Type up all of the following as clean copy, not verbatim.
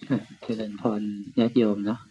เจริญพรญาติโยมเนาะ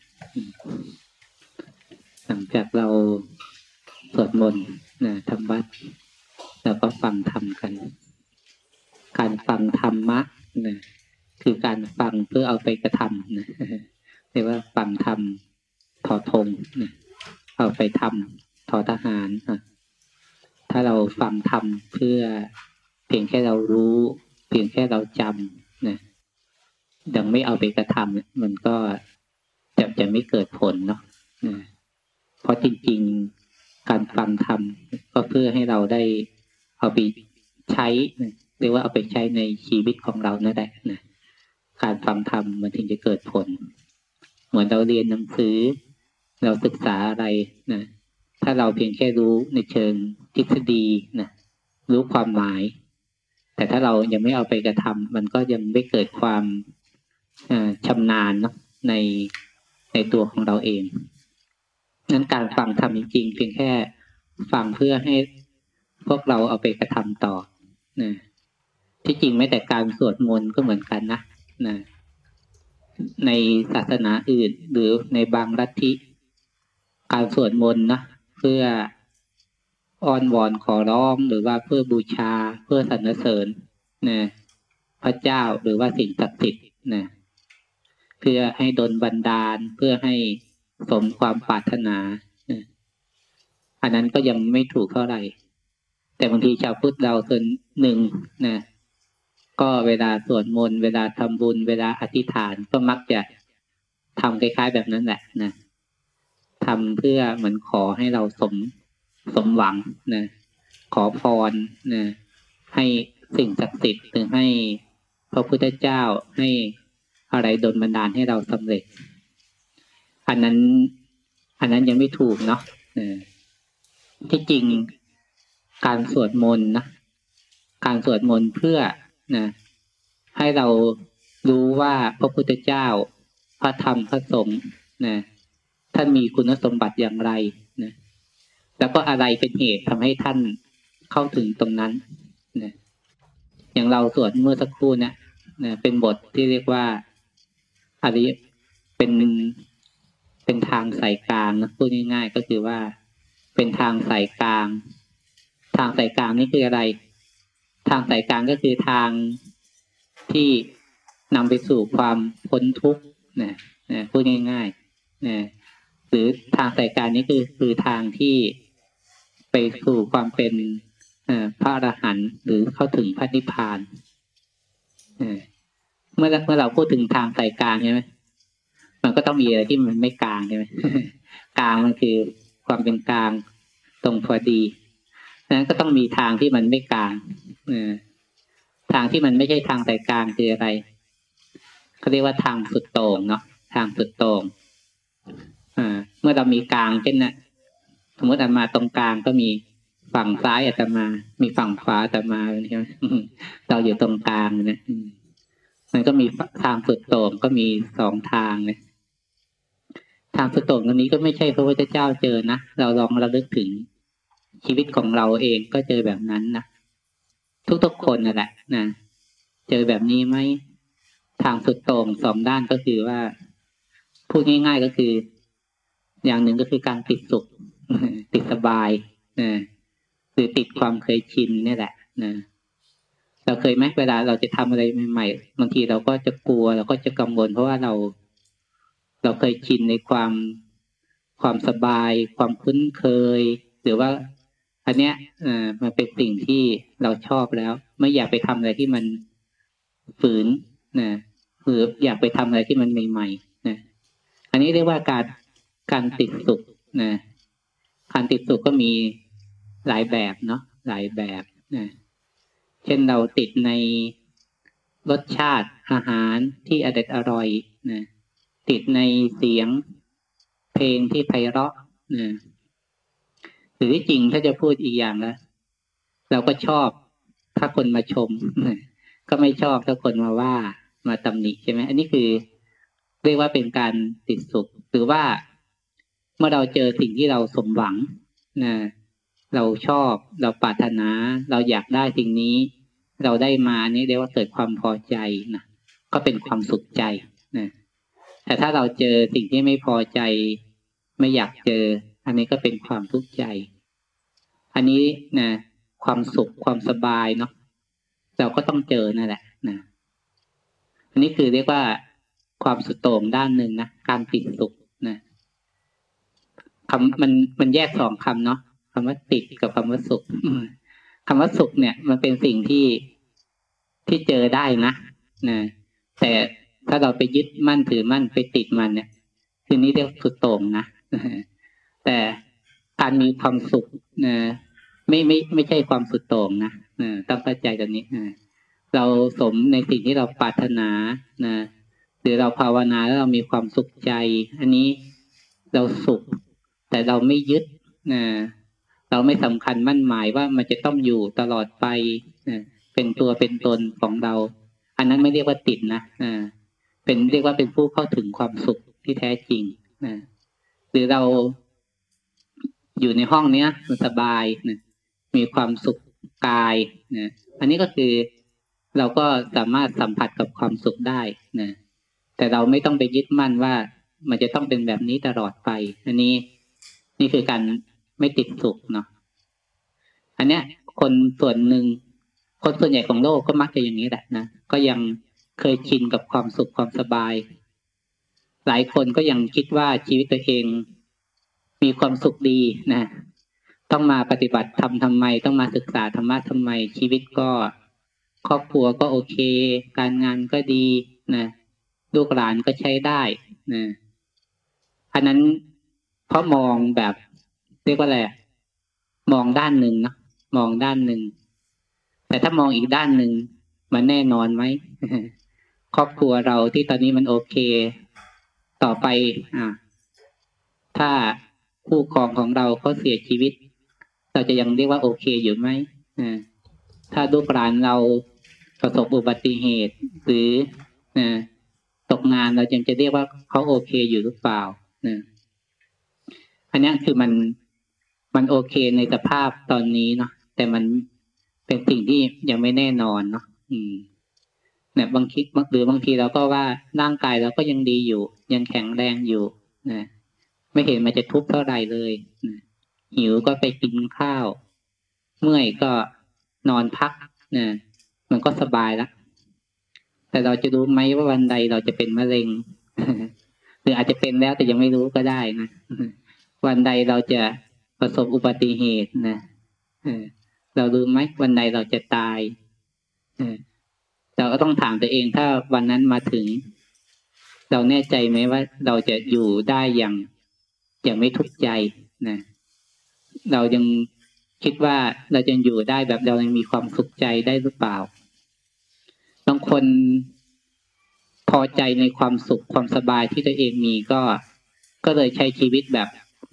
หลังจากเราสวดมนต์ทำวัดแล้วก็ฟังธรรมกันการฟังธรรมะคือการฟังเพื่อเอาไปกระทำเรียกว่าฟังธรรมทอธงเอาไปทำทอทหารถ้าเราฟังธรรมเพื่อเพียงแค่เรารู้เพียงแค่เราจำยังไม่เอาไปกระทำมันก็จะไม่เกิดผลเนาะเพราะจริงๆการฟังธรรมก็เพื่อให้เราได้เอาไปใช้เรียกว่าเอาไปใช้ในชีวิตของเรานั่นแหละการฟังธรรมมันถึงจะเกิดผลเหมือนเราเรียนหนังสือเราศึกษาอะไรถ้าเราเพียงแค่รู้ในเชิงทฤษฎีรู้ความหมายแต่ถ้าเรายังไม่เอาไปกระทำมันก็ยังไม่เกิดความชำนาญเนาะในตัวของเราเองนั้นการฟังธรรมจริงๆเพียงแค่ฟังเพื่อให้พวกเราเอาไปกระทำต่อที่จริงแม้แต่การสวดมนต์ก็เหมือนกันนะในศาสนาอื่นหรือในบางลัทธิการสวดมนต์นะเพื่ออ้อนวอนขอร้องหรือว่าเพื่อบูชาเพื่อสรรเสริญพระเจ้าหรือว่าสิ่งศักดิ์สิทธิ์เพื่อให้ดลบันดาลเพื่อให้สมความปรารถนาอันนั้นก็ยังไม่ถูกเท่าไหร่แต่บางทีชาวพุทธเราส่วนหนึ่งก็เวลาสวดมนต์เวลาทำบุญเวลาอธิษฐานก็มักจะทำคล้ายๆแบบนั้นแหละทำเพื่อเหมือนขอให้เราสมหวังขอพรให้สิ่งศักดิ์สิทธิ์หรือให้พระพุทธเจ้าให้อะไรดลบันดาลให้เราสำเร็จอันนั้นยังไม่ถูกเนาะที่จริงการสวดมนต์การสวดมนต์เพื่อให้เรารู้ว่าพระพุทธเจ้าพระธรรมพระสงฆ์ท่านมีคุณสมบัติอย่างไรแล้วก็อะไรเป็นเหตุทำให้ท่านเข้าถึงตรงนั้นอย่างเราสวดเมื่อสักครู่เป็นบทที่เรียกว่าอะไรเป็นทางสายกลางนะพูดง่ายๆก็คือว่าเป็นทางสายกลางทางสายกลางนี่คืออะไรทางสายกลางก็คือทางที่นำไปสู่ความพ้นทุกข์พูดง่ายๆหรือทางสายกลางนี้คือทางที่ไปสู่ความเป็นพระอรหันต์หรือเข้าถึงพระนิพพานเมื่อเราพูดถึงทางสายกลางใช่ไหมมันก็ต้องมีอะไรที่มันไม่กลางใช่ไหม กลางมันคือความเป็นกลางตรงพอดีนั้นก็ต้องมีทางที่มันไม่กลางทางที่มันไม่ใช่ทางสายกลางคืออะไรเขาเรียกว่าทางสุดโต่งเนาะทางสุดโต่งเมื่อเรามีกลางเช่นสมมติอาตมาตรงกลางก็มีฝั่งซ้ายอาตมามีฝั่งขวาอาตมาใช่ไหมเราอยู่ตรงกลางนะมันก็มีทางสุดโต่งก็มีสองทางนะทางสุดโต่งตรงนี้ก็ไม่ใช่พระพุทธเจ้าเจอนะเราลองระลึกถึงชีวิตของเราเองก็เจอแบบนั้นนะทุกคนนั่นแหละเจอแบบนี้ไหมทางสุดโต่งสองด้านก็คือว่าพูดง่ายๆก็คืออย่างหนึ่งก็คือการติดสุขติดสบายหรือติดความเคยชินนี่แหละเราเคยไหมเวลาเราจะทำอะไรใหม่ๆบางทีเราก็จะกลัวเราก็จะกังวลเพราะว่าเราเคยชินในความสบายความคุ้นเคยหรือว่าอันเนี้ยมันเป็นสิ่งที่เราชอบแล้วไม่อยากไปทำอะไรที่มันฝืนหรืออยากไปทำอะไรที่มันใหม่ๆอันนี้เรียกว่าการติดสุขการติดสุขก็มีหลายแบบเนาะหลายแบบเช่นเราติดในรสชาติอาหารที่อร่อยติดในเสียงเพลงที่ไพเราะหรือที่จริงถ้าจะพูดอีกอย่างนะเราก็ชอบถ้าคนมาชมก็ไม่ชอบถ้าคนมาว่ามาตำหนิใช่ไหมอันนี้คือเรียกว่าเป็นการติดสุขหรือว่าเมื่อเราเจอสิ่งที่เราสมหวังเราชอบเราปรารถนาเราอยากได้สิ่งนี้เราได้มานี่เรียกว่าเกิดความพอใจก็เป็นความสุขใจแต่ถ้าเราเจอสิ่งที่ไม่พอใจไม่อยากเจออันนี้ก็เป็นความทุกข์ใจอันนี้นะความสุขความสบายเนาะเราก็ต้องเจอนั่นแหละนะอันนี้คือเรียกว่าความสุดโต่งด้านหนึ่งนะการติดสุขนะคำมันแยกสองคำเนาะคำว่าติดกับคำว่าสุขคำว่าสุขเนี่ยมันเป็นสิ่งที่เจอได้นะแต่ถ้าเราไปยึดมั่นถือมั่นไปติดมันเนี่ยคือนี้เรียกสุดโต่งนะแต่การมีความสุขนะไม่ใช่ความสุดโต่งนะต้องเข้าใจตรงนี้เราสมในสิ่งที่เราปรารถนานะหรือเราภาวนาแล้วเรามีความสุขใจอันนี้เราสุขแต่เราไม่ยึดนะเราไม่สำคัญมั่นหมายว่ามันจะต้องอยู่ตลอดไปนะเป็นตัวเป็นตนของเราอันนั้นไม่เรียกว่าติดนะเรียกว่าเป็นผู้เข้าถึงความสุขที่แท้จริงนะหรือเราอยู่ในห้องเนี้ยมันสบายนะมีความสุขกายนะอันนี้ก็คือเราก็สามารถสัมผัสกับความสุขได้นะแต่เราไม่ต้องไปยึดมั่นว่ามันจะต้องเป็นแบบนี้ตลอดไปอันนี้นี่คือการไม่ติดสุขเนาะอันเนี้ยคนส่วนหนึ่งคนส่วนใหญ่ของโลกก็มักจะอย่างนี้แหละนะก็ยังเคยชินกับความสุขความสบายหลายคนก็ยังคิดว่าชีวิตตัวเองมีความสุขดีนะต้องมาปฏิบัติธรรมทำไมต้องมาศึกษาธรรมะทำไมชีวิตก็ครอบครัวก็โอเคการงานก็ดีนะลูกหลานก็ใช้ได้นะอันนั้นเพราะมองแบบเรียกว่าอะไรมองด้านหนึ่งนะมองด้านหนึ่งแต่ถ้ามองอีกด้านหนึ่งมันแน่นอนไหม ครอบครัวเราที่ตอนนี้มันโอเคต่อไปถ้าคู่ครองของเราเขาเสียชีวิตเราจะยังเรียกว่าโอเคอยู่ไหมถ้าลูกหลานเราประสบอุบัติเหตุหรือตกงานเรายังจะเรียกว่าเขาโอเคอยู่หรือเปล่าอันนี้คือมันโอเคในสภาพตอนนี้เนาะแต่มันเป็นสิ่งที่ยังไม่แน่นอนเนาะเนี่ยบางทีเราก็ว่าร่างกายเราก็ยังดีอยู่ยังแข็งแรงอยู่นะไม่เห็นมันจะทุกข์เท่าไหร่เลยนะหิวก็ไปกินข้าวเมื่อยก็นอนพักนะมันก็สบายแล้วแต่เราจะรู้ไหมว่าวันใดเราจะเป็นมะเร็ง หรืออาจจะเป็นแล้วแต่ยังไม่รู้ก็ได้นะวันใดเราจะประสบอุบัติเหตุนะเรารู้ไหมวันใดเราจะตายเราก็ต้องถามตัวเองถ้าวันนั้นมาถึงเราแน่ใจไหมว่าเราจะอยู่ได้อย่างไม่ทุกข์ใจนะเรายังคิดว่าเราจะอยู่ได้แบบเรายังมีความสุขใจได้หรือเปล่าบางคนพอใจในความสุขความสบายที่ตัวเองมีก็เลยใช้ชีวิตแบบ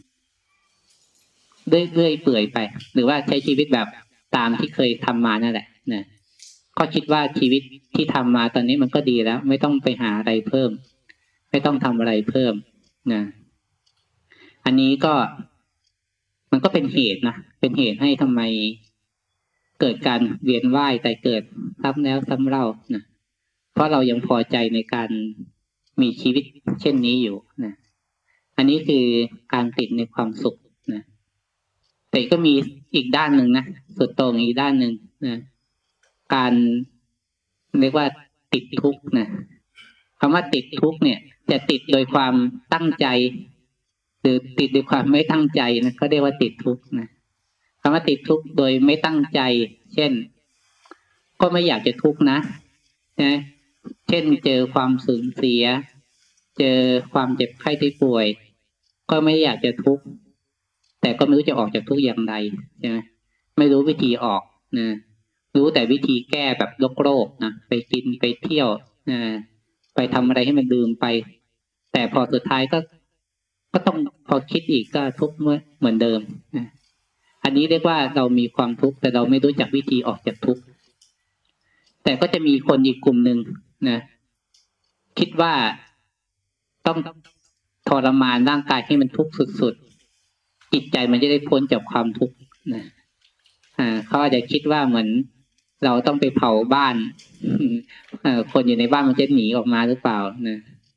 เรื่อยเปื่อยไปหรือว่าใช้ชีวิตแบบตามที่เคยทำมานั่นแหละนะก็คิดว่าชีวิตที่ทำมาตอนนี้มันก็ดีแล้วไม่ต้องไปหาอะไรเพิ่มไม่ต้องทำอะไรเพิ่มนะอันนี้ก็มันก็เป็นเหตุนะเป็นเหตุให้ทำไมเกิดการเวียนว่ายแต่เกิดซ้ำแล้วซ้ำเล่านะเพราะเรายังพอใจในการมีชีวิตเช่นนี้อยู่นะอันนี้คือการติดในความสุขนะแต่ก็มีอีกด้านหนึ่งนะสุดโต่งอีกด้านหนึ่งนะการเรียกว่าติดทุกข์นะคำว่าติดทุกข์เนี่ยจะติดโดยความตั้งใจหรือติดโดยความไม่ตั้งใจนะก็เรียกว่าติดทุกข์นะคำว่าติดทุกข์โดยไม่ตั้งใจเช่นก็ไม่อยากจะทุกข์นะเช่นเจอความสูญเสียเจอความเจ็บไข้ได้ป่วยก็ไม่อยากจะทุกข์แต่ก็ไม่รู้จะออกจากทุกข์อย่างไรใช่ไหมไม่รู้วิธีออกนะรู้แต่วิธีแก้แบบโลกนะไปกินไปเที่ยวไปทำอะไรให้มันลืมไปแต่พอสุดท้ายก็ต้องพอคิดอีกก็ทุกข์เหมือนเดิมอันนี้เรียกว่าเรามีความทุกข์แต่เราไม่รู้จักวิธีออกจากทุกข์แต่ก็จะมีคนอีกกลุ่มหนึ่งนะคิดว่าต้องทรมานร่างกายให้มันทุกข์สุดๆจิตใจมันจะได้พ้นจากความทุกข์นะเขาอาจจะคิดว่าเหมือนเราต้องไปเผาบ้านคนอยู่ในบ้านมันจะหนีออกมาหรือเปล่านะ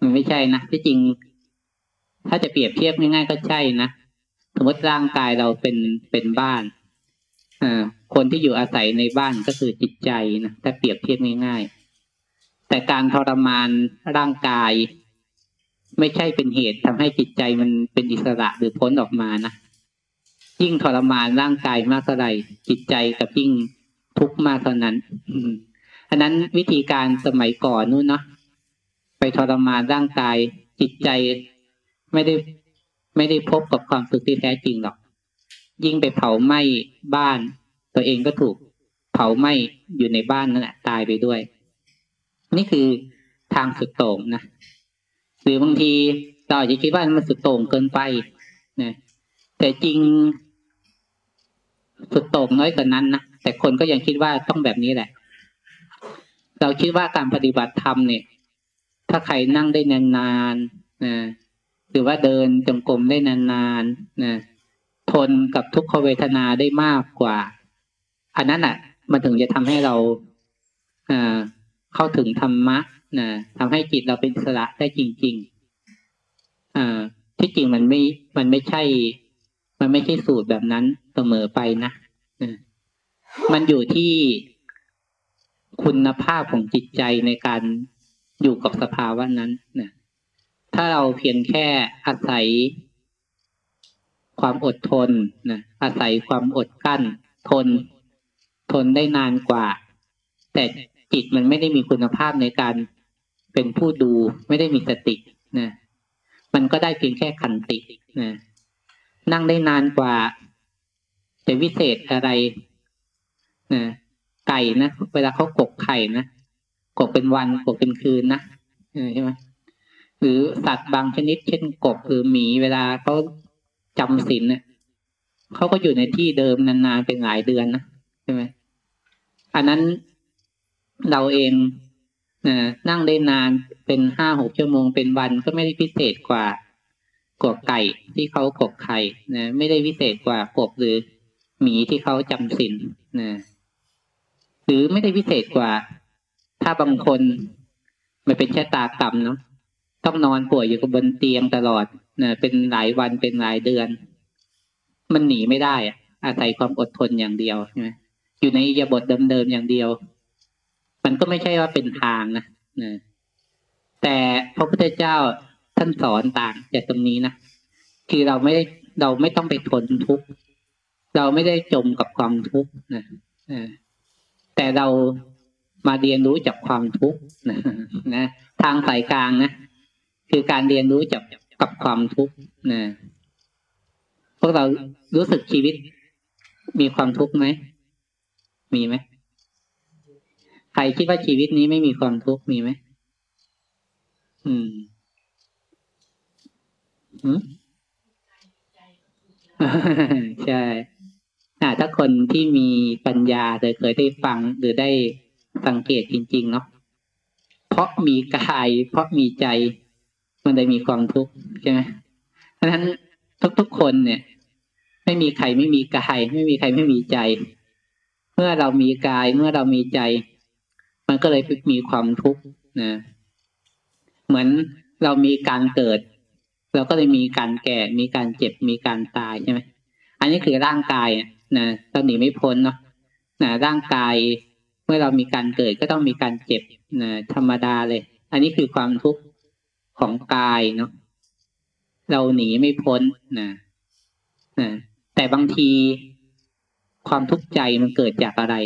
มันไม่ใช่นะที่จริงถ้าจะเปรียบเทียบง่ายๆก็ใช่นะสมมติร่างกายเราเป็นบ้านคนที่อยู่อาศัยในบ้านก็คือจิตใจนะถ้าเปรียบเทียบง่ายๆแต่การทรมานร่างกายไม่ใช่เป็นเหตุทำให้จิตใจมันเป็นอิสระหรือพ้นออกมานะยิ่งทรมานร่างกายมากเท่าไหร่จิตใจกับยิ่งทุกข์มากเท่านั้นอันนั้นวิธีการสมัยก่อนนู้นเนาะไปทรมานร่างกายจิตใจไม่ได้พบกับความสุขที่แท้จริงหรอกยิ่งไปเผาไหม้บ้านตัวเองก็ถูกเผาไหม้อยู่ในบ้านนั่นแหละตายไปด้วยนี่คือทางสุดโต่งนะหรือบางทีเราอาจจะคิดว่ามันสุดโต่งเกินไปนะแต่จริงสุดโต่งน้อยกว่านั้นนะแต่คนก็ยังคิดว่าต้องแบบนี้แหละเราคิดว่าการปฏิบัติธรรมเนี่ยถ้าใครนั่งได้นานๆนะหรือว่าเดินจงกรมได้นานๆนะทนกับทุกขเวทนาได้มากกว่าอันนั้นอ่ะมันถึงจะทำให้เราเข้าถึงธรรมะนะทำให้จิตเราเป็นอิสระได้จริงๆที่จริงมันไม่ใช่สูตรแบบนั้นเสมอไปนะมันอยู่ที่คุณภาพของจิตใจในการอยู่กับสภาวะนั้นนะถ้าเราเพียงแค่อาศัยความอดทนนะอาศัยความอดกั้นทนได้นานกว่าแต่จิตมันไม่ได้มีคุณภาพในการเป็นผู้ดูไม่ได้มีสตินะมันก็ได้เพียงแค่ขันตินะนั่งได้นานกว่าจะวิเศษอะไรนะไก่นะเวลาเขากกไข่นะกกเป็นวันกกเป็นคืนนะใช่ไหมหรือสัตว์บางชนิดเช่นกบหรือหมีเวลาเขาจำศีลเนี่ยเขาก็อยู่ในที่เดิมนานๆเป็นหลายเดือนนะใช่ไหมอันนั้นเราเองนั่งได้นานเป็น5-6 ชั่วโมงเป็นวันก็ไม่ได้พิเศษกว่ากบไก่ที่เขากกไข่นะไม่ได้พิเศษกว่ากบหรือหมีที่เขาจำศีลนะหรือไม่ได้พิเศษกว่าถ้าบางคนมันเป็นชะตากรรมเนาะต้องนอนป่วยอยู่บนเตียงตลอดนะเป็นหลายวันเป็นหลายเดือนมันหนีไม่ได้อะอาศัยความอดทนอย่างเดียวใช่ไหมอยู่ในอิริยาบถเดิมๆอย่างเดียวมันก็ไม่ใช่ว่าเป็นทางนะแต่พระพุทธเจ้าท่านสอนต่างจากตรงนี้นะคือเราไม่ต้องไปทนทุกข์เราไม่ได้จมกับความทุกข์นะแต่เรามาเรียนรู้จากความทุกข์นะทางสายกลางนะคือการเรียนรู้กับความทุกข์นะพวกเรารู้สึกชีวิตมีความทุกข์ไหมมีไหมใครคิดว่าชีวิตนี้ไม่มีความทุกข์มีไหมใช่ถ้าคนที่มีปัญญาเคยได้ฟังหรือได้สังเกตจริงๆเนาะเพราะมีกายเพราะมีใจมันได้มีความทุกข์ใช่ไหมเพราะฉะนั้นทุกๆคนเนี่ยไม่มีใครไม่มีกายไม่มีใครไม่มีใจเมื่อเรามีกายเมื่อเรามีใจมันก็เลยมีความทุกข์นะเหมือนเรามีการเกิดเราก็เลยมีการแก่มีการเจ็บมีการตายใช่ไหมอันนี้คือร่างกายนะเราหนีไม่พ้นเนาะร่างกายเมื่อเรามีการเกิดก็ต้องมีการเจ็บนะธรรมดาเลยอันนี้คือความทุกข์ของกายเนาะเราหนีไม่พ้นนะแต่บางทีความทุกข์ใจมันเกิดจากอะไร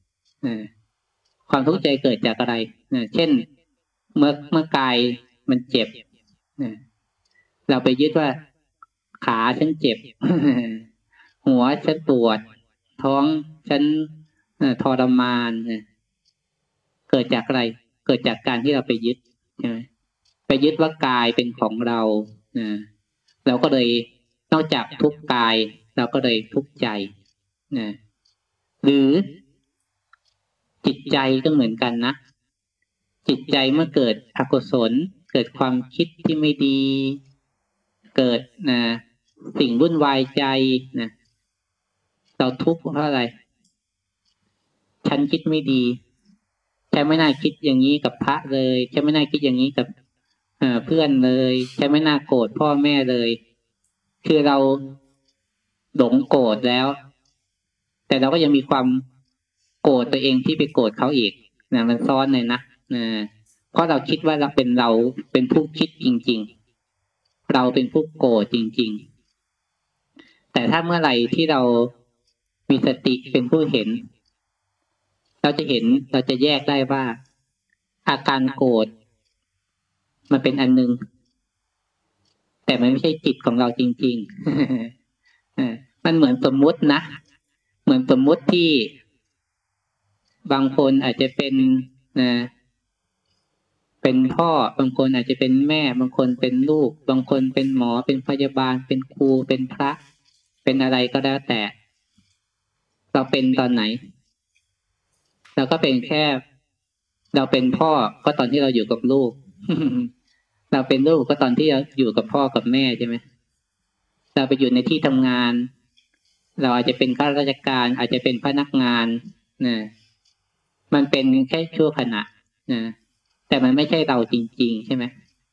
ความทุกข์ใจเกิดจากอะไรเช่นเมื่อกายมันเจ็บเราไปยึดว่าขาฉันเจ็บ หัวฉันปวดท้องฉันทรมานเกิดจากอะไรเกิดจากการที่เราไปยึดใช่ไหมไปยึดว่ากายเป็นของเราเราก็เลยนอกจากทุกข์กายเราก็เลยทุกข์ใจหรือจิตใจก็เหมือนกันนะจิตใจเมื่อเกิดอกุศลเกิดความคิดที่ไม่ดีเกิดสิ่งวุ่นวายใจนะเราทุกข์เพราะอะไรฉันคิดไม่ดีฉันไม่น่าคิดอย่างนี้กับพระเลยฉันไม่น่าคิดอย่างนี้กับเพื่อนเลยฉันไม่น่าโกรธพ่อแม่เลยคือเราหลงโกรธแล้วแต่เราก็ยังมีความโกรธตัวเองที่ไปโกรธเขาอีกนะมันซ้อนเลยนะเพราะเราคิดว่าเราเป็นผู้คิดจริงๆเราเป็นผู้โกรธจริงๆแต่ถ้าเมื่อไหร่ที่เรามีสติเป็นผู้เห็นเราจะแยกได้ว่าอาการโกรธมันเป็นอันนึงแต่มันไม่ใช่จิตของเราจริงๆมันเหมือนสมมุตินะเหมือนสมมุติที่บางคนอาจจะเป็นเป็นพ่อบางคนอาจจะเป็นแม่บางคนเป็นลูกบางคนเป็นหมอเป็นพยาบาลเป็นครูเป็นพระเป็นอะไรก็แล้วแต่เราเป็นตอนไหนเราก็เป็นแค่เราเป็นพ่อก็ตอนที่เราอยู่กับลูก เราเป็นลูกก็ตอนที่เราอยู่กับพ่อกับแม่ใช่ไหมเราไปอยู่ในที่ทำงานเราอาจจะเป็นข้าราชการอาจจะเป็นพนักงานนะมันเป็นแค่ชั่วขณะนะแต่มันไม่ใช่เราจริงๆใช่ไหม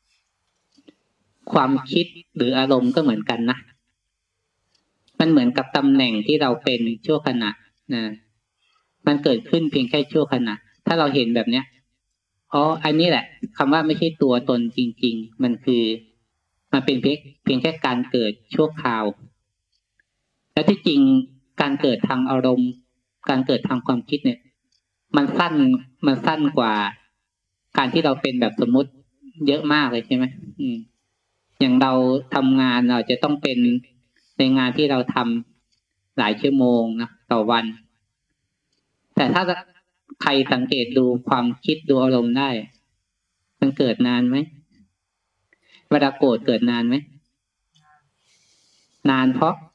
ความคิดหรืออารมณ์ก็เหมือนกันนะมันเหมือนกับตำแหน่งที่เราเป็นชั่วขณะนะมันเกิดขึ้นเพียงแค่ชั่วขณะถ้าเราเห็นแบบเนี้ยอันนี้แหละคำว่าไม่ใช่ตัวตนจริงๆมันเป็นเพียงแค่การเกิดชั่วคราวแล้วที่จริงการเกิดทางอารมณ์การเกิดทางความคิดเนี่ยมันสั้นกว่าการที่เราเป็นแบบสมมุติเยอะมากเลยใช่ไหมอย่างเราทำงานเราจะต้องเป็นในงานที่เราทำหลายชั่วโมงนะต่อวันแต่ถ้าใครสังเกตดูความคิดดูอารมณ์ได้มันเกิดนานไหมเวลาโกรธเกิดนานไหมนานเพราะ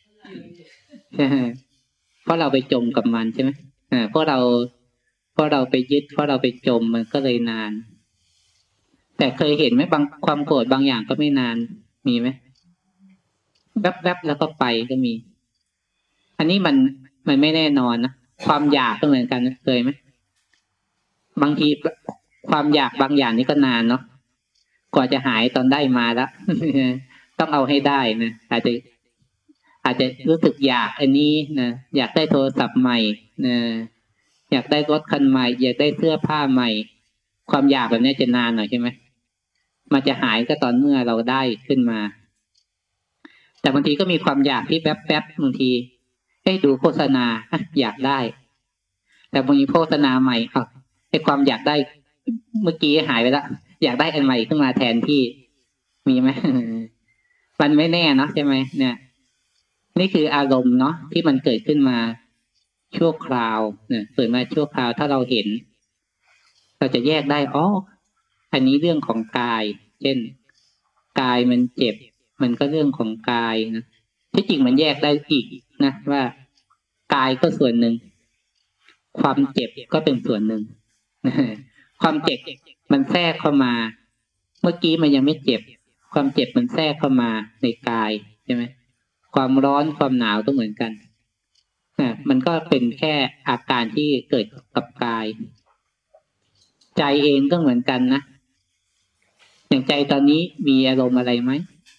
เราไปจมกับมันใช่ไหมเพราะเราไปยึดเพราะเราไปจมมันก็เลยนานแต่เคยเห็นไหมบางความโกรธบางอย่างก็ไม่นานมีไหมแวบๆแล้วก็ไปก็มีอันนี้มันไม่แน่นอนนะความอยากก็เหมือนกันเคยไหมบางทีความอยากบางอย่างนี่ก็นานเนาะกว่าจะหายตอนได้มาแล้ว ต้องเอาให้ได้นะอาจจะรู้สึกอยากอันนี้นะอยากได้โทรศัพท์ใหม่นะอยากได้รถคันใหม่อยากได้เสื้อผ้าใหม่ความอยากแบบนี้จะนานหน่อยใช่ไหมมันจะหายก็ตอนเมื่อเราได้ขึ้นมาแต่บางทีก็มีความอยากที่แป๊บๆบางทีดูโฆษณาอยากได้แต่บางทีโฆษณาใหม่ความอยากได้เมื่อกี้หายไปแล้วอยากได้อันใหม่ขึ้นมาแทนที่มีไหม มันไม่แน่เนาะใช่ไหมเนี่ยนี่คืออารมณ์เนาะที่มันเกิดขึ้นมาชั่วคราวเนี่ยเกิดมาชั่วคราวถ้าเราเห็นเราจะแยกได้อันนี้เรื่องของกายเช่นกายมันเจ็บมันก็เรื่องของกายนะที่จริงมันแยกได้อีกนะว่ากายก็ส่วนหนึ่งความเจ็บก็เป็นส่วนหนึ่งความเจ็บมันแทรกเข้ามาเมื่อกี้มันยังไม่เจ็บความเจ็บมันแทรกเข้ามาในกายใช่ไหมความร้อนความหนาวก็เหมือนกันมันก็เป็นแค่อาการที่เกิดกับกายใจเองก็เหมือนกันนะอย่างใจตอนนี้มีอารมณ์อะไรไหม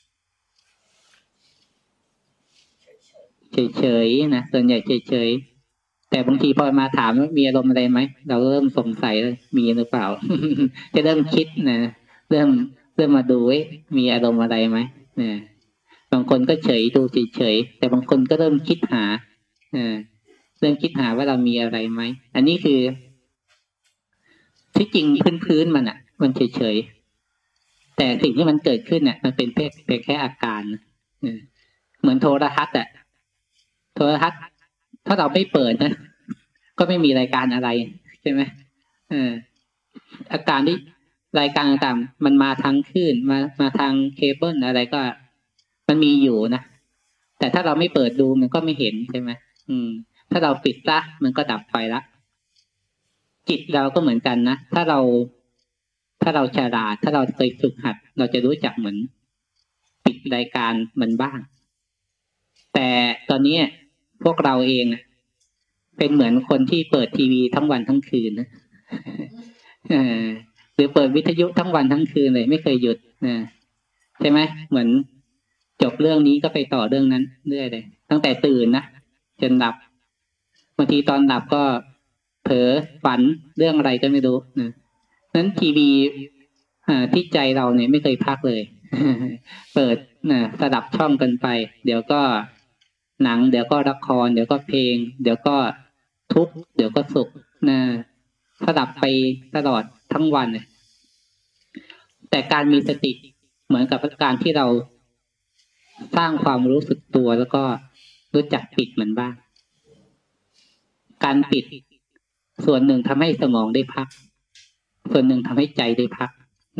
เฉยๆนะส่วนใหญ่เฉยๆแต่บางทีพอมาถามว่ามีอารมณ์อะไรไหมเราเริ่มสงสัยแล้วมีหรือเปล่า จะเริ่มคิดนะเริ่มมาดูมีอารมณ์อะไรไหมนะบางคนก็เฉยดูเฉยๆแต่บางคนก็เริ่มคิดหาเริ่มคิดหาว่าเรามีอะไรไหมอันนี้คือที่จริงพื้นมันมันเฉยๆแต่สิ่งที่มันเกิดขึ้นมันเป็นเพียงแค่อาการเหมือนโทรทัศน์โทรทัศน์ถ้าเราไม่เปิดนะก็ไม่มีรายการอะไรใช่ไหมอาการที่รายการต่างๆมันมาทางคลื่นมาทางเคเบิลอะไรก็มันมีอยู่นะแต่ถ้าเราไม่เปิดดูมันก็ไม่เห็นใช่ไหมถ้าเราปิดซะมันก็ดับไปละจิตเราก็เหมือนกันนะถ้าเราฉลาดถ้าเราเคยฝึกหัดเราจะรู้จักเหมือนปิดรายการมันบ้างแต่ตอนนี้พวกเราเองเป็นเหมือนคนที่เปิดทีวีทั้งวันทั้งคืนนะรือเปิดวิทยุทั้งวันทั้งคืนเลยไม่เคยหยุดนะใช่ไหมเหมือนจบเรื่องนี้ก็ไปต่อเรื่องนั้นเรื่อยเลยตั้งแต่ตื่นนะจนหลับบางทีตอนหลับก็เผลอฝันเรื่องอะไรก็ไม่รู้นะนั้นทีวีที่ใจเราเนี่ยไม่เคยพักเลย เปิดสลับช่องกันไปเดี๋ยวก็หนังเดี๋ยวก็ละครเดี๋ยวก็เพลงเดี๋ยวก็ทุกข์เดี๋ยวก็สุขนะสลับไปตลอดทั้งวันเลยแต่การมีสติเหมือนกับการที่เราสร้างความรู้สึกตัวแล้วก็รู้จักปิดมันบ้างการปิดส่วนหนึ่งทำให้สมองได้พักส่วนหนึ่งทำให้ใจได้พัก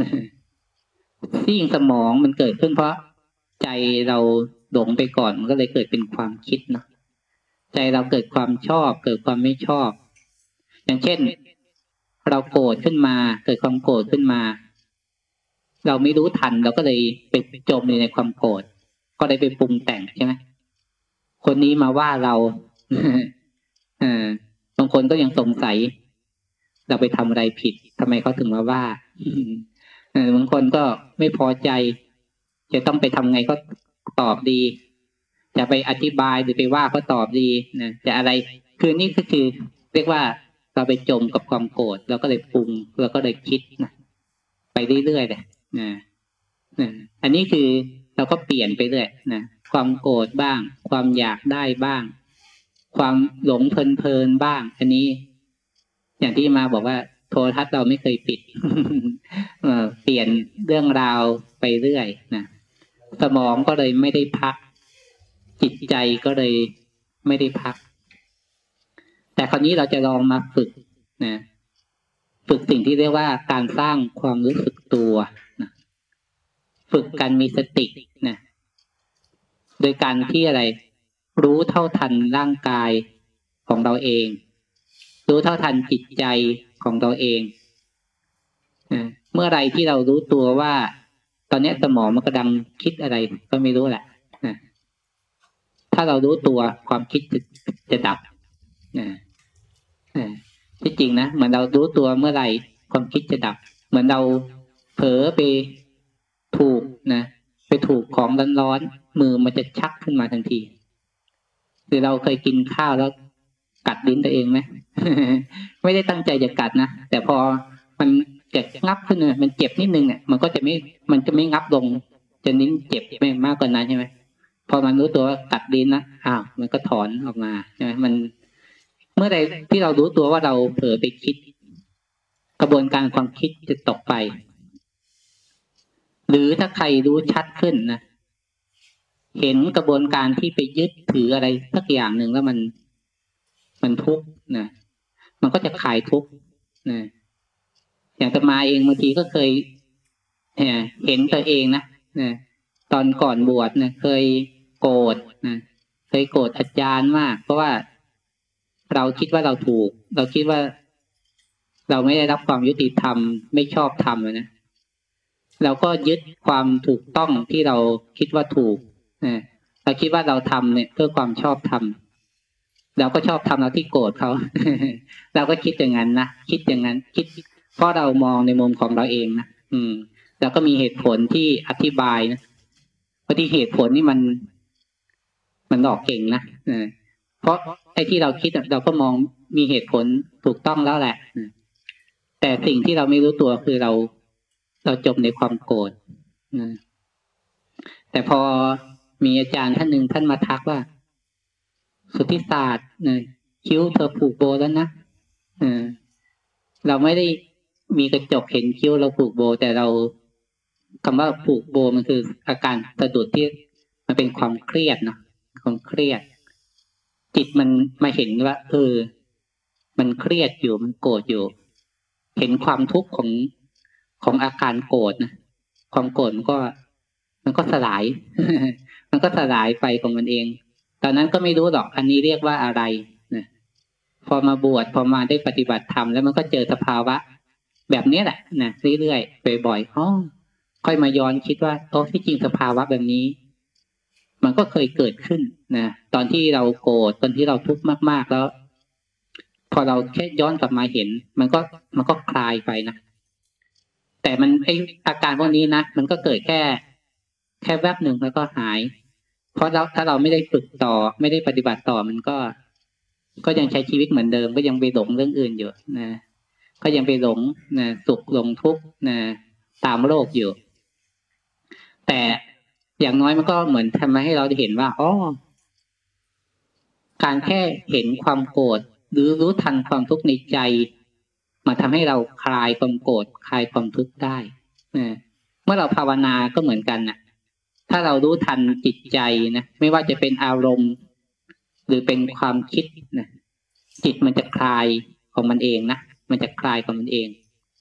ที่สมองมันเกิดขึ้นเพราะใจเราหลงไปก่อนมันก็เลยเกิดเป็นความคิดเนาะใจเราเกิดความชอบเกิดความไม่ชอบอย่างเช่นเราโกรธขึ้นมาเกิดความโกรธขึ้นมาเราไม่รู้ทันเราก็เลยไปจมในความโกรธก็เลยไปปรุงแต่งใช่ไหมคนนี้มาว่าเรา บางคนก็ยังสงสัยเราไปทำอะไรผิดทำไมเขาถึงมาว่า บางคนก็ไม่พอใจจะต้องไปทำไงก็ตอบดีจะไปอธิบายหรือไปว่าก็ตอบดีนะจะอะไรคือนี่ก็คือเรียกว่าเราไปจมกับความโกรธเราก็เลยปรุงเราก็เลยคิดนะไปเรื่อยๆเลยนะอันนี้คือเราก็เปลี่ยนไปเรื่อยนะความโกรธบ้างความอยากได้บ้างความหลงเพลินบ้างอันนี้อย่างที่มาบอกว่าโทรทัศน์เราไม่เคยปิด เปลี่ยนเรื่องราวไปเรื่อยนะสมองก็เลยไม่ได้พักจิตใจก็เลยไม่ได้พักแต่คราวนี้เราจะลองมาฝึกนะฝึกสิ่งที่เรียกว่าการสร้างความรู้สึกตัวนะฝึกการมีสตินะโดยการที่อะไรรู้เท่าทันร่างกายของเราเองรู้เท่าทันจิตใจของเราเองเมื่อไรที่เรารู้ตัวว่าตอนนี้สมองมันกำลังคิดอะไรก็ไม่รู้แหละถ้าเรารู้ตัวความคิดจะดับที่จริงนะเหมือนเรารู้ตัวเมื่อไหร่ความคิดจะดับเหมือนเราเผลอไปถูกนะไปถูกของร้อนๆมือมันจะชักขึ้นมาทันทีหรือเราเคยกินข้าวแล้วกัดลิ้นตัวเองไหม ไม่ได้ตั้งใจจะกัดนะแต่พอมันเกิดงับขึ้นเนี่ยมันเจ็บนิดนึงเนี่ยมันจะไม่งับลงจะนิ้นเจ็บไม่มากกว่านั้นใช่ไหมพอมันรู้ตัวว่ากัดลิ้นนะมันก็ถอนออกมาใช่ไหมมันเมื่อใดที่เรารู้ตัวว่าเราเผลอไปคิดกระบวนการความคิดจะตกไปหรือถ้าใครรู้ชัดขึ้นนะเห็นกระบวนการที่ไปยึดถืออะไรสักอย่างหนึ่งแล้วมันทุกข์นะมันก็จะคลายทุกข์นะอย่างอาตมาเองบางทีก็เคยเห็นตัวเองนะตอนก่อนบวชนะเคยโกรธนะเคยโกรธอาจารย์มากเพราะว่าเราคิดว่าเราถูกเราคิดว่าเราไม่ได้รับความยุติธรรมไม่ชอบธรรมนะเราก็ยึดความถูกต้องที่เราคิดว่าถูกเราคิดว่าเราทำเนี่ยเพื่อความชอบธรรมเราก็ชอบทำเราที่โกรธเขา เราก็คิดอย่างนั้นนะคิดอย่างนั้นคิดเพราะเรามองในมุมของเราเองนะแล้วก็มีเหตุผลที่อธิบายนะเพราะที่เหตุผลนี่มันหลอกเก่งนะเพราะไอ้ที่เราคิดเราก็มองมีเหตุผลถูกต้องแล้วแหละแต่สิ่งที่เราไม่รู้ตัวคือเราจมในความโกรธแต่พอมีอาจารย์ท่านหนึ่งท่านมาทักว่าสุทธิศาสตร์คิ้วเธอผูกโบแล้วนะเราไม่ได้มีกระจกเห็นคิ้วเราผูกโบแต่เราคำว่าผูกโบมันคืออาการสะดุดที่มันเป็นความเครียดเนาะความเครียดจิตมันมาเห็นว่ามันเครียดอยู่มันโกรธอยู่เห็นความทุกข์ของอาการโกรธนะความโกรธมันก็สลาย มันก็สลายไปของมันเองตอนนั้นก็ไม่รู้หรอกอันนี้เรียกว่าอะไรนะพอมาบวชพอมาได้ปฏิบัติธรรมแล้วมันก็เจอสภาวะแบบนี้แหละนะเรื่อยๆบ่อยๆค่อยมาย้อนคิดว่าที่จริงสภาวะแบบนี้มันก็เคยเกิดขึ้นนะตอนที่เราโกรธตอนที่เราทุกข์มากๆแล้วพอเราแค่ย้อนกลับมาเห็นมันก็คลายไปนะแต่มันอาการพวกนี้นะมันก็เกิดแค่แวบหนึ่งแล้วก็หายเพราะถ้าเราไม่ได้ฝึกต่อไม่ได้ปฏิบัติต่อมันก็ยังใช้ชีวิตเหมือนเดิมก็ยังไปหลงเรื่องอื่นอยู่นะก็ยังไปหลงนะสุขหลงทุกข์นะตามโลกอยู่แต่อย่างน้อยมันก็เหมือนทำให้เราได้เห็นว่าการแค่เห็นความโกรธหรือรู้ทันความทุกข์ในใจมาทำให้เราคลายความโกรธคลายความทุกข์ได้นะเมื่อเราภาวนาก็เหมือนกันนะถ้าเรารู้ทันจิตใจนะไม่ว่าจะเป็นอารมณ์หรือเป็นความคิดนะจิตมันจะคลายของมันเองนะมันจะคลายของมันเอง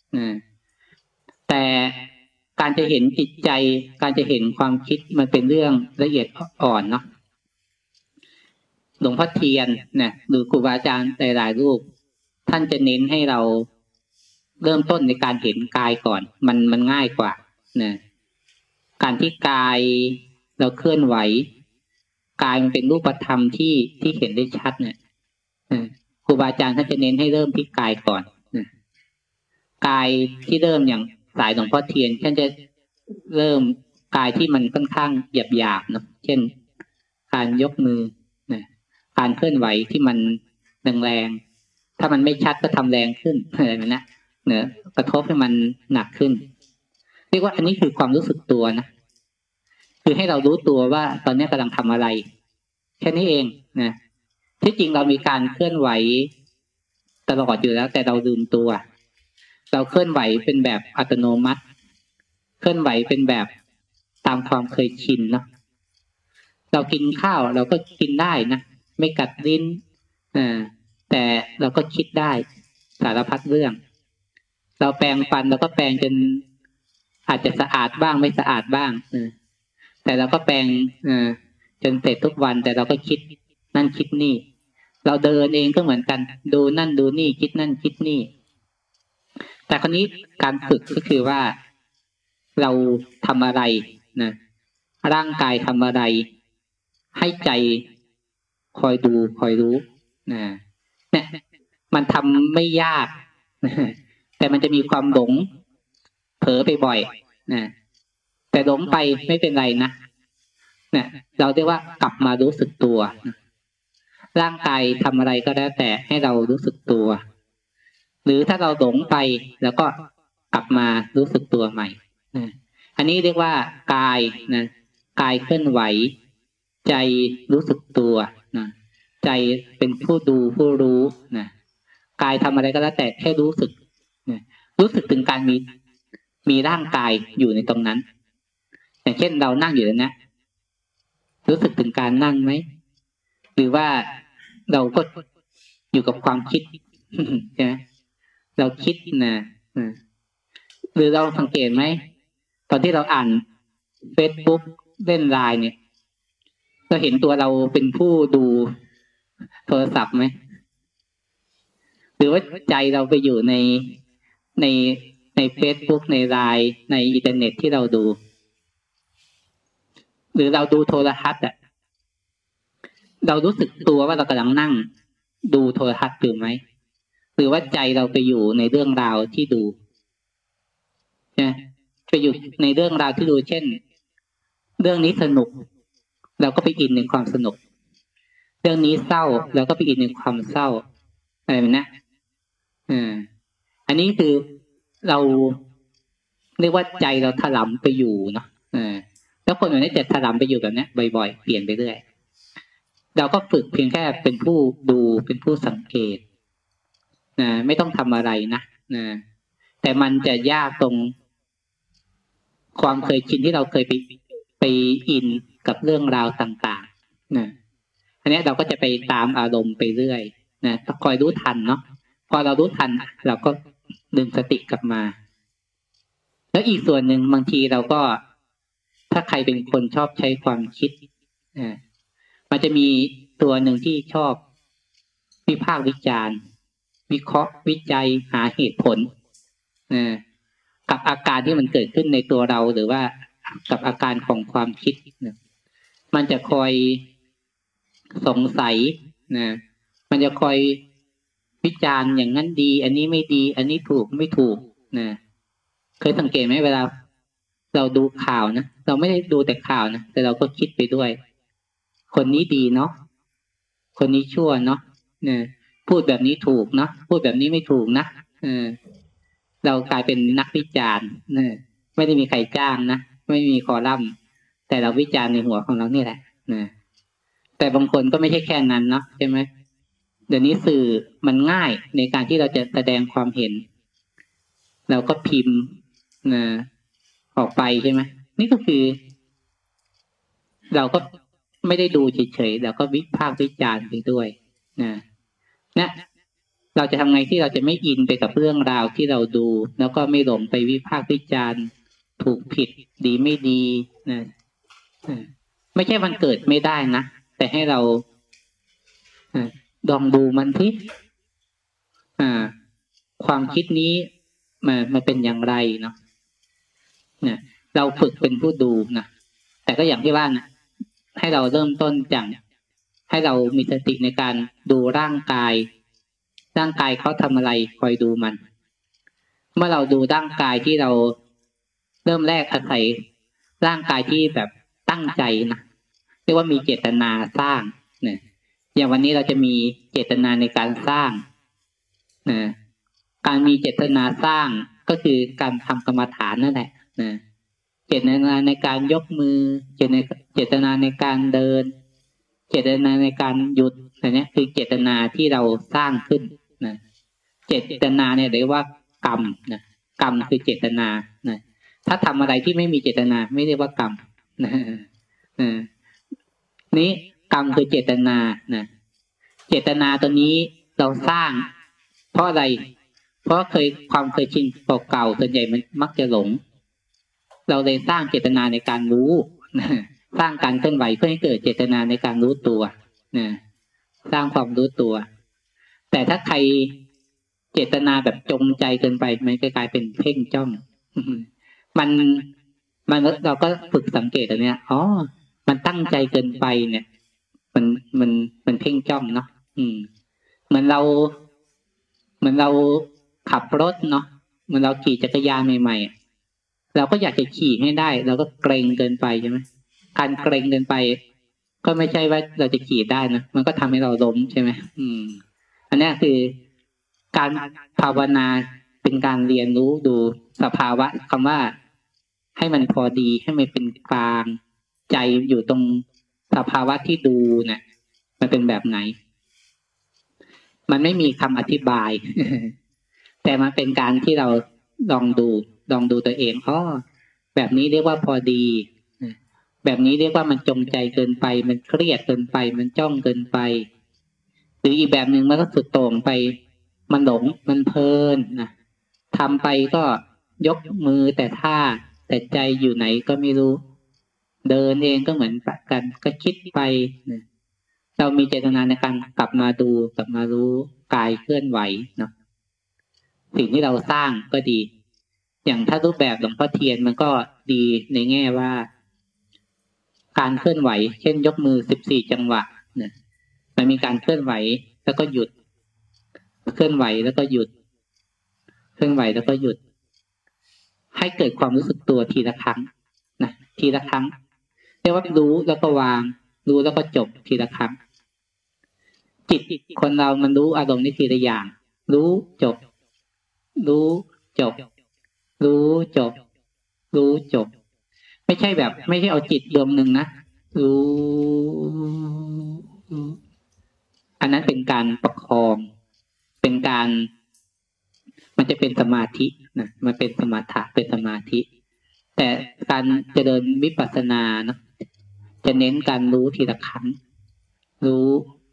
แต่การจะเห็นจิตใจการจะเห็นความคิดมันเป็นเรื่องละเอียดอ่อนเนาะหลวงพ่อเทียนนะหรือครูบาอาจารย์หลายๆรูปท่านจะเน้นให้เราเริ่มต้นในการเห็นกายก่อนมันง่ายกว่านะการที่กายเราเคลื่อนไหวกายมันเป็นรูปธรรมที่เห็นได้ชัดเนี่ยครูบาอาจารย์ท่านจะเน้นให้เริ่มที่กายก่อนนะกายที่เริ่มอย่างสายหลวงพ่อเทียนท่านจะเริ่มกายที่มันค่อนข้างหยาบๆเนาะเช่นการยกมือนะการเคลื่อนไหวที่มันแรงๆถ้ามันไม่ชัดก็ทำแรงขึ้นอะไรแบบนั้นเนอะกระทบให้มันหนักขึ้นเรียกว่าอันนี้คือความรู้สึกตัวนะคือให้เรารู้ตัวว่าตอนนี้กำลังทำอะไรแค่นี้เองนะที่จริงเรามีการเคลื่อนไหวตลอดอยู่แล้วแต่เราลืมตัวเราเคลื่อนไหวเป็นแบบอัตโนมัติเคลื่อนไหวเป็นแบบตามความเคยชินเนาะเรากินข้าวเราก็กินได้นะไม่กัดลิ้นแต่เราก็คิดได้สารพัดเรื่องเราแปรงฟันเราก็แปรงจนอาจจะสะอาดบ้างไม่สะอาดบ้างแต่เราก็แปรงจนเสร็จทุกวันแต่เราก็คิดนั่นคิดนี่เราเดินเองก็เหมือนกันดูนั่นดูนี่คิดนั่นคิดนี่แต่คราวนี้การฝึกก็คือว่าเราทำอะไรนะร่างกายทำอะไรให้ใจคอยดูคอยรู้เนี่ยมันทำไม่ยากแต่มันจะมีความหลงเผลอไปบ่อยนะแต่หลงไปไม่เป็นไรนะเนี่ยเราเรียกว่ากลับมารู้สึกตัวร่างกายทำอะไรก็แล้วแต่ให้เรารู้สึกตัวหรือถ้าเราหลงไปแล้วก็กลับมารู้สึกตัวใหม่อันนี้เรียกว่ากายนะกายเคลื่อนไหวใจรู้สึกตัวนะใจเป็นผู้ดูผู้รู้นะกายทำอะไรก็แล้วแต่แค่รู้สึกนะรู้สึกถึงการมีร่างกายอยู่ในตรงนั้นอย่างเช่นเรานั่งอยู่แล้วนะรู้สึกถึงการนั่งไหมหรือว่าเราก็อยู่กับความคิดใช่ไหมเราคิดนะหรือเราสังเกตไหมตอนที่เราอ่าน Facebook เล่นไลน์เนี่ยเราเห็นตัวเราเป็นผู้ดูโทรศัพท์ไหมหรือว่าใจเราไปอยู่ใน Facebook ในไลน์ในอินเทอร์เน็ตที่เราดูหรือเราดูโทรทัศน์อ่ะเรารู้สึกตัวว่าเรากำลังนั่งดูโทรทัศน์อยู่ไหมหรือว่าใจเราไปอยู่ในเรื่องราวที่ดูนะไปอยู่ในเรื่องราวที่ดูเช่นเรื่องนี้สนุกเราก็ไปอินในความสนุกเรื่องนี้เศร้าเราก็ไปอินในความเศร้าอะไรแบบนี้อันนี้คือเราเรียกว่าใจเราถลำไปอยู่เนาะแล้วคนแบบนี้จะถลำไปอยู่แบบนี้บ่อยๆเปลี่ยนไปเรื่อยเราก็ฝึกเพียงแค่เป็นผู้ดูเป็นผู้สังเกตไม่ต้องทำอะไรนะแต่มันจะยากตรงความเคยชินที่เราเคยไปอินกับเรื่องราวต่างๆอันนี้เราก็จะไปตามอารมณ์ไปเรื่อยคอยรู้ทันเนาะพอเรารู้ทันเราก็ดึงสติกลับมาแล้วอีกส่วนหนึ่งบางทีเราก็ถ้าใครเป็นคนชอบใช้ความคิดมันจะมีตัวหนึ่งที่ชอบวิพากษ์วิจารณ์วิเคราะห์วิจัยหาเหตุผลกับอาการที่มันเกิดขึ้นในตัวเราหรือว่ากับอาการของความคิดมันจะคอยสงสัยมันจะคอยวิจารณ์อย่างนั้นดีอันนี้ไม่ดีอันนี้ถูกไม่ถูกเคยสังเกตไหมเวลาเราดูข่าวนะเราไม่ได้ดูแต่ข่าวนะแต่เราก็คิดไปด้วยคนนี้ดีเนาะคนนี้ชั่วเนาะเนี่ยพูดแบบนี้ถูกเนาะพูดแบบนี้ไม่ถูกนะเออเรากลายเป็นนักวิจารณ์เนี่ยไม่ได้มีใครจ้างนะไม่มีคอลัมน์แต่เราวิจารณ์ในหัวของเรานี่แหละนะแต่บางคนก็ไม่ใช่แค่นั้นเนาะใช่ไหมเดี๋ยวนี้สื่อมันง่ายในการที่เราจะแสดงความเห็นเราก็พิมพ์นะออกไปใช่ไหมนี่ก็คือเราก็ไม่ได้ดูเฉยๆเราก็วิพากษ์วิจารณ์ไปด้วยนะนะเราจะทำไงที่เราจะไม่อินไปกับเรื่องราวที่เราดูแล้วก็ไม่หลงไปวิพากษ์วิจารณ์ถูกผิดดีไม่ดีนะไม่ใช่มันเกิดไม่ได้นะแต่ให้เราลองดูมันที่ความคิดนี้มันเป็นอย่างไรเนาะเนี่ยเราฝึกเป็นผู้ดูนะแต่ก็อย่างที่ว่านะให้เราเริ่มต้นจากให้เรามีสติในการดูร่างกายเขาทำอะไรคอยดูมันเมื่อเราดูร่างกายที่เราเริ่มแรกอาศัยร่างกายที่แบบตั้งใจนะเรียกว่ามีเจตนาสร้างเนี่ยอย่างวันนี้เราจะมีเจตนาในการสร้างนะการมีเจตนาสร้างก็คือการทำกรรมฐานนั่นแหละนะเจตนาในการยกมือเจตนาในการเดินเจตนาในการหยุดอันนี้คือเจตนาที่เราสร้างขึ้นนะเจตนาเนี่ยเรียกว่ากรรมนะกรรมคือเจตนานะถ้าทำอะไรที่ไม่มีเจตนาไม่เรียกว่ากรรมนะนี้กรรมคือเจตนานะเจตนาตัวนี้เราสร้างเพราะอะไรเพราะความเคยชินเก่าๆส่วนใหญ่มันมักจะหลงเราเลยสร้างเจตนาในการรู้สร้างการเคลื่อนไหวเพื่อให้เกิดเจตนาในการรู้ตัวสร้างความรู้ตัวแต่ถ้าใครเจตนาแบบจงใจเกินไปมันก็กลายเป็นเพ่งจ้องมันเราก็ฝึกสังเกตอันเนี้ยอ๋อมันตั้งใจเกินไปเนี่ยมันเพ่งจ้องเนาะเหมือนเราขับรถเนาะเหมือนเราขี่จักรยานใหม่ๆเราก็อยากจะขี่ให้ได้เราก็เกรงเกินไปใช่ไหมการเกรงเกินไปก็ไม่ใช่ว่าเราจะขี่ได้นะมันก็ทำให้เราล้มใช่ไหมอันนี้คือการภาวนาเป็นการเรียนรู้ดูสภาวะคำว่าให้มันพอดีให้มันเป็นกลางใจอยู่ตรงสภาวะที่ดูเนี่ยมันเป็นแบบไหนมันไม่มีคำอธิบาย แต่มันเป็นการที่เราลองดูตัวเองแบบนี้เรียกว่าพอดีแบบนี้เรียกว่ามันจงใจเกินไปมันเครียดเกินไปมันจ้องเกินไปหรืออีกแบบหนึ่งมันก็สุดโต่งไปมันหลงมันเพลินนะทำไปก็ยกมือแต่ใจอยู่ไหนก็ไม่รู้เดินเองก็เหมือนกันก็คิดไปนะเรามีเจตนาในการกลับมาดูกลับมารู้กายเคลื่อนไหวเนาะสิ่งที่เราสร้างก็ดีอย่างถ้ารูปแบบหลวงพ่อเทียนมันก็ดีในแง่ว่าการเคลื่อนไหวเช่นยกมือ14จังหวะเนี่ยมันมีการเคลื่อนไหวแล้วก็หยุดเคลื่อนไหวแล้วก็หยุดเคลื่อนไหวแล้วก็หยุดให้เกิดความรู้สึกตัวทีละครั้งนะทีละครั้งเรียกว่ารู้แล้วก็วางรู้แล้วก็จบทีละครั้งจิตคนเรามันรู้อารมณ์นี้ทีละอย่างรู้จบรู้จบรู้จบรู้จบไม่ใช่เอาจิตดวงหนึ่งนะรู้อันนั้นเป็นการประคองเป็นการมันจะเป็นสมาธินะมันเป็นสมถะเป็นสมาธิแต่การเจริญวิปัสสนาเนาะจะเน้นการรู้ทีละครั้งรู้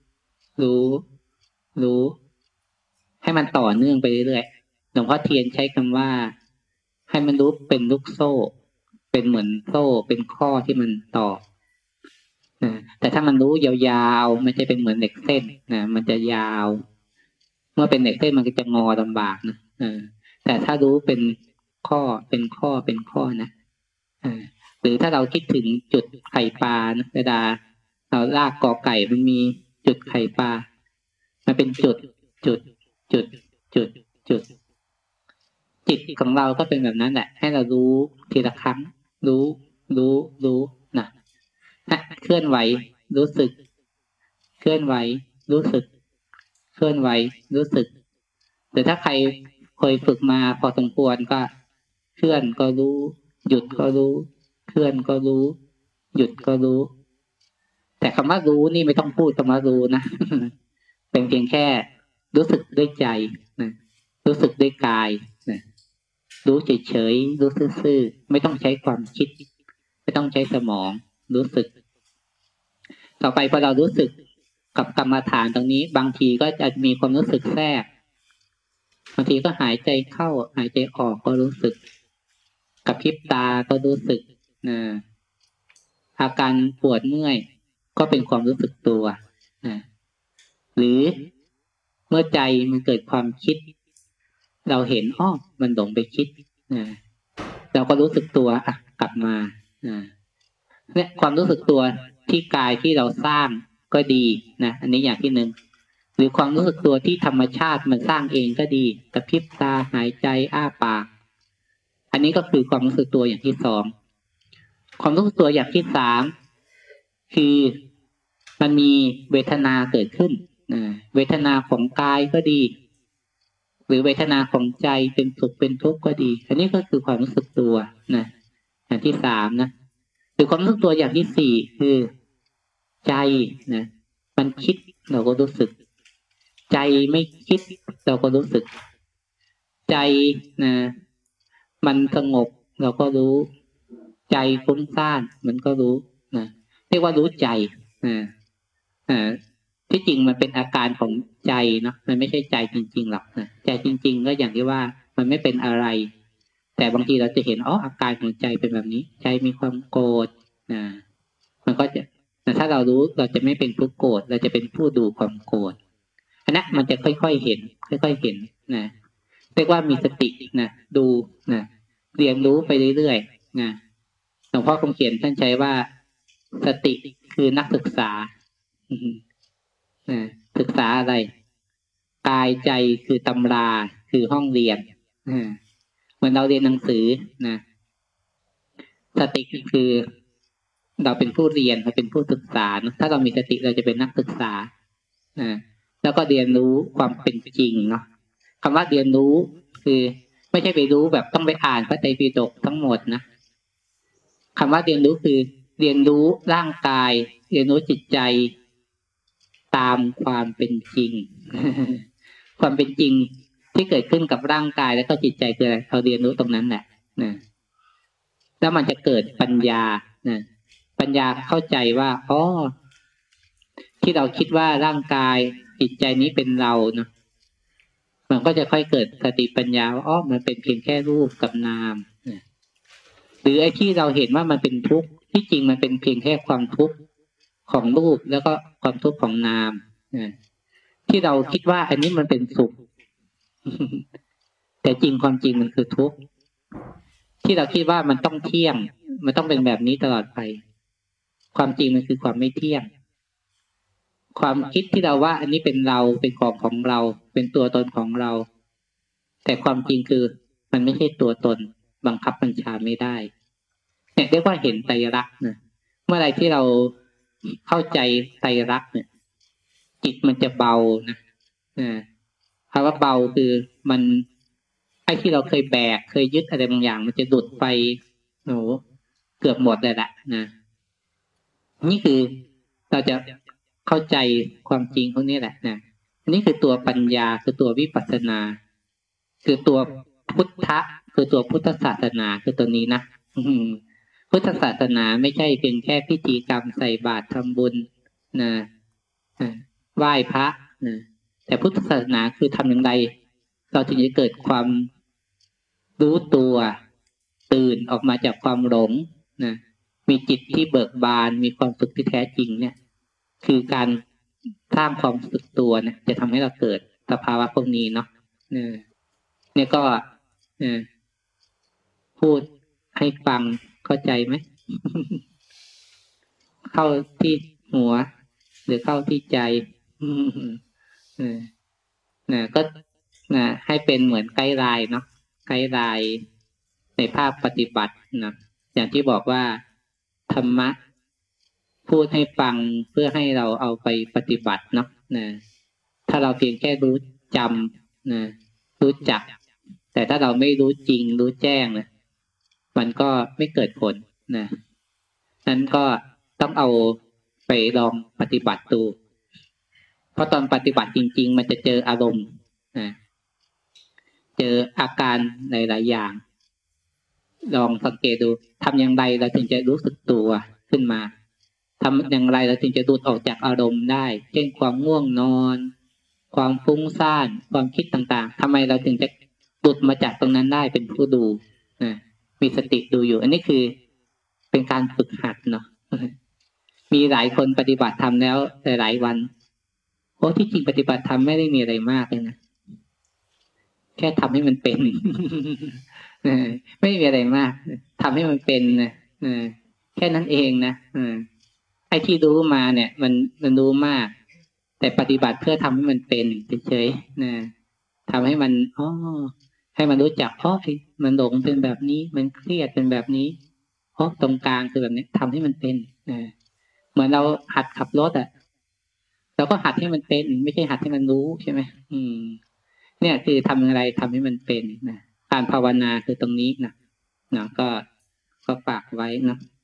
ให้มันต่อเนื่องไปเรื่อยๆหลวงพ่อเทียนใช้คำว่าให้มันรู้เป็นลูกโซ่เป็นเหมือนโซ่เป็นข้อที่มันต่อแต่ถ้ามันรู้ยาวๆมันจะเป็นเหมือนเหล็กเส้นนะมันจะยาวเมื่อเป็นเหล็กเส้นมันก็จะงอลำบากนะแต่ถ้ารู้เป็นข้อนะหรือถ้าเราคิดถึงจุดไข่ปลานะเวลาเราลากกอไก่มันมีจุดไข่ปลามันเป็นจุดจิตจิตของเราก็เป็นแบบนั้นแหละให้เรารู้ทีละครั้งรู้นะเคลื่อนไหวรู้สึกเคลื่อนไหวรู้สึกเคลื่อนไหวรู้สึกแต่ถ้าใครเคยฝึกมาพอสมควรก็เคลื่อนก็รู้หยุดก็รู้เคลื่อนก็รู้หยุดก็รู้แต่คำว่ารู้นี่ไม่ต้องพูดคำว่ารู้นะ เป็นเพียงแค่รู้สึกด้วยใจนะรู้สึกด้วยกายนะรู้เฉยๆรู้ซื่อๆไม่ต้องใช้ความคิดไม่ต้องใช้สมองรู้สึกต่อไปพอเรารู้สึกกับกรรมฐานตรงนี้บางทีก็จะมีความรู้สึกแทรกบางทีก็หายใจเข้าหายใจออกก็รู้สึกกระพริบตาก็รู้สึกนะอาการปวดเมื่อยก็เป็นความรู้สึกตัวนะหรือเมื่อใจมันเกิดความคิดเราเห็นมันหลงไปคิดนะเราก็รู้สึกตัวกลับมาเนี่ยความรู้สึกตัวที่กายที่เราสร้างก็ดีนะอันนี้อย่างที่หนึ่งหรือความรู้สึกตัวที่ธรรมชาติมันสร้างเองก็ดีกระพริบตาหายใจอ้าปากอันนี้ก็คือความรู้สึกตัวอย่างที่สองความรู้สึกตัวอย่างที่สามคือมันมีเวทนาเกิดขึ้นเวทนาของกายก็ดีหรือเวทนาของใจเป็นสุขเป็นทุกข์ก็ดีอันนี้ก็คือความรู้สึกตัวนะอย่างที่สามนะหรือความรู้สึกตัวอย่างที่สี่คือใจนะมันคิดเราก็รู้สึกใจไม่คิดเราก็รู้สึกใจนะมันสงบเราก็รู้ใจฟุ้งซ่านมันก็รู้นะเรียกว่ารู้ใจที่จริงมันเป็นอาการของใจเนาะมันไม่ใช่ใจจริงๆหรอกนะใจจริงๆก็อย่างที่ว่ามันไม่เป็นอะไรแต่บางทีเราจะเห็นอาการของใจเป็นแบบนี้ใจมีความโกรธมันก็จะถ้าเรารู้เราจะไม่เป็นผู้โกรธเราจะเป็นผู้ดูความโกรธอันนั้นมันจะค่อยๆเห็นค่อยๆเห็นนะเรียกว่ามีสตินะดูนะเรียนรู้ไปเรื่อยๆนะหลวงพ่อคงเขียนท่านใช้ว่าสติคือนักศึกษาศึกษาอะไรกายใจคือตำราคือห้องเรียนเหมือนเราเรียนหนังสือนะสติคือเราเป็นผู้เรียนเราเป็นผู้ศึกษานะถ้าเรามีสติเราจะเป็นนักศึกษาแล้วก็เรียนรู้ความเป็นจริงเนาะคำว่าเรียนรู้คือไม่ใช่ไปรู้แบบต้องไปอ่านพระไตรปิฎกทั้งหมดนะคำว่าเรียนรู้คือเรียนรู้ร่างกายเรียนรู้จิตใจตามความเป็นจริง ความเป็นจริงที่เกิดขึ้นกับร่างกายแล้วก็จิตใจคืออะไรเราเรียนรู้ตรงนั้นแหละนะแล้วมันจะเกิดปัญญานะปัญญาเข้าใจว่าที่เราคิดว่าร่างกายจิตใจนี้เป็นเราเนาะมันก็จะค่อยเกิดสติปัญญาว่ามันเป็นเพียงแค่รูปกับนามหรือไอ้ที่เราเห็นว่ามันเป็นทุกข์ที่จริงมันเป็นเพียงแค่ความทุกข์ของรูปแล้วก็ความทุกข์ของนามที่เราคิดว่าอันนี้มันเป็นสุข แต่จริงความจริงมันคือทุกข์ที่เราคิดว่ามันต้องเที่ยงมันต้องเป็นแบบนี้ตลอดไปความจริงมันคือความไม่เที่ยงความคิดที่เราว่าอันนี้เป็นเราเป็นของเราเป็นตัวตนของเราแต่ความจริงคือมันไม่ใช่ตัวตนบังคับบัญชาไม่ได้เนี่ยเรียกว่าเห็นไตรลักษณ์นะเมื่อไรที่เราเข้าใจไตรลักษณ์เนี่ยจิตมันจะเบานะคำว่าเบาคือมันไอ้ที่เราเคยแบกเคยยึดอะไรบางอย่างมันจะดุดไปเกือบหมดเลยแหละนะนี่คือเราจะเข้าใจความจริงพวกนี้แหละนะอันนี้คือตัวปัญญาคือตัววิปัสสนาคือตัวพุทธะคือตัวพุทธศาสนาคือตัวนี้นะพุทธศาสนาไม่ใช่เพียงแค่พิธีกรรมใส่บาตรทำบุญนะไหว้พระนะแต่พุทธศาสนาคือทำอย่างไรเราถึงจะเกิดความรู้ตัวตื่นออกมาจากความหลงนะมีจิตที่เบิกบานมีความสุขที่แท้จริงเนี่ยคือการสร้างความรู้สึกตัวนะจะทำให้เราเกิดสภาวะพวกนี้เนาะเนี่ยก็พูดให้ฟังเข้าใจไหม เข้าที่หัวหรือเข้าที่ใจก็ให้เป็นเหมือนไกด์ไลน์เนาะไกด์ไลน์ในภาคปฏิบัตินะอย่างที่บอกว่าธรรมะพูดให้ฟังเพื่อให้เราเอาไปปฏิบัติเนาะนะถ้าเราเพียงแค่รู้จำนะรู้จักแต่ถ้าเราไม่รู้จริงรู้แจ้งนะมันก็ไม่เกิดผลนะนั้นก็ต้องเอาไปลองปฏิบัติดูเพราะตอนปฏิบัติจริงๆมันจะเจออารมณ์นะเจออาการหลายๆอย่างลองสังเกตดูทำอย่างไรเราถึงจะรู้สึกตัวขึ้นมาทำอย่างไรเราถึงจะดูดออกจากอารมณ์ได้เช่นความง่วงนอนความฟุ้งซ่านความคิดต่างๆทำไมเราถึงจะหลุดมาจากตรงนั้นได้เป็นผู้ดูนะมีสติดูอยู่อันนี้คือเป็นการฝึกหัดเนาะมีหลายคนปฏิบัติธรรมแล้วหลายวันโอ้ที่จริงปฏิบัติธรรมไม่ได้มีอะไรมากเลยนะแค่ทำให้มันเป็น ไม่มีอะไรมากทำให้มันเป็นนะแค่นั้นเองนะไอ้ที่รู้มาเนี่ยมันรู้มากแต่ปฏิบัติเพื่อทำให้มันเป็นเฉยๆนะทำให้มันให้มันรู้จักมันหลงเป็นแบบนี้มันเครียดเป็นแบบนี้ตรงกลางคือแบบนี้ทำให้มันเป็นเหมือนเราหัดขับรถเราก็หัดให้มันเป็นไม่ใช่หัดให้มันรู้ใช่ไหมเนี่ยคือทำอะไรทำให้มันเป็นนะการภาวนาคือตรงนี้นะก็ฝากไว้นะ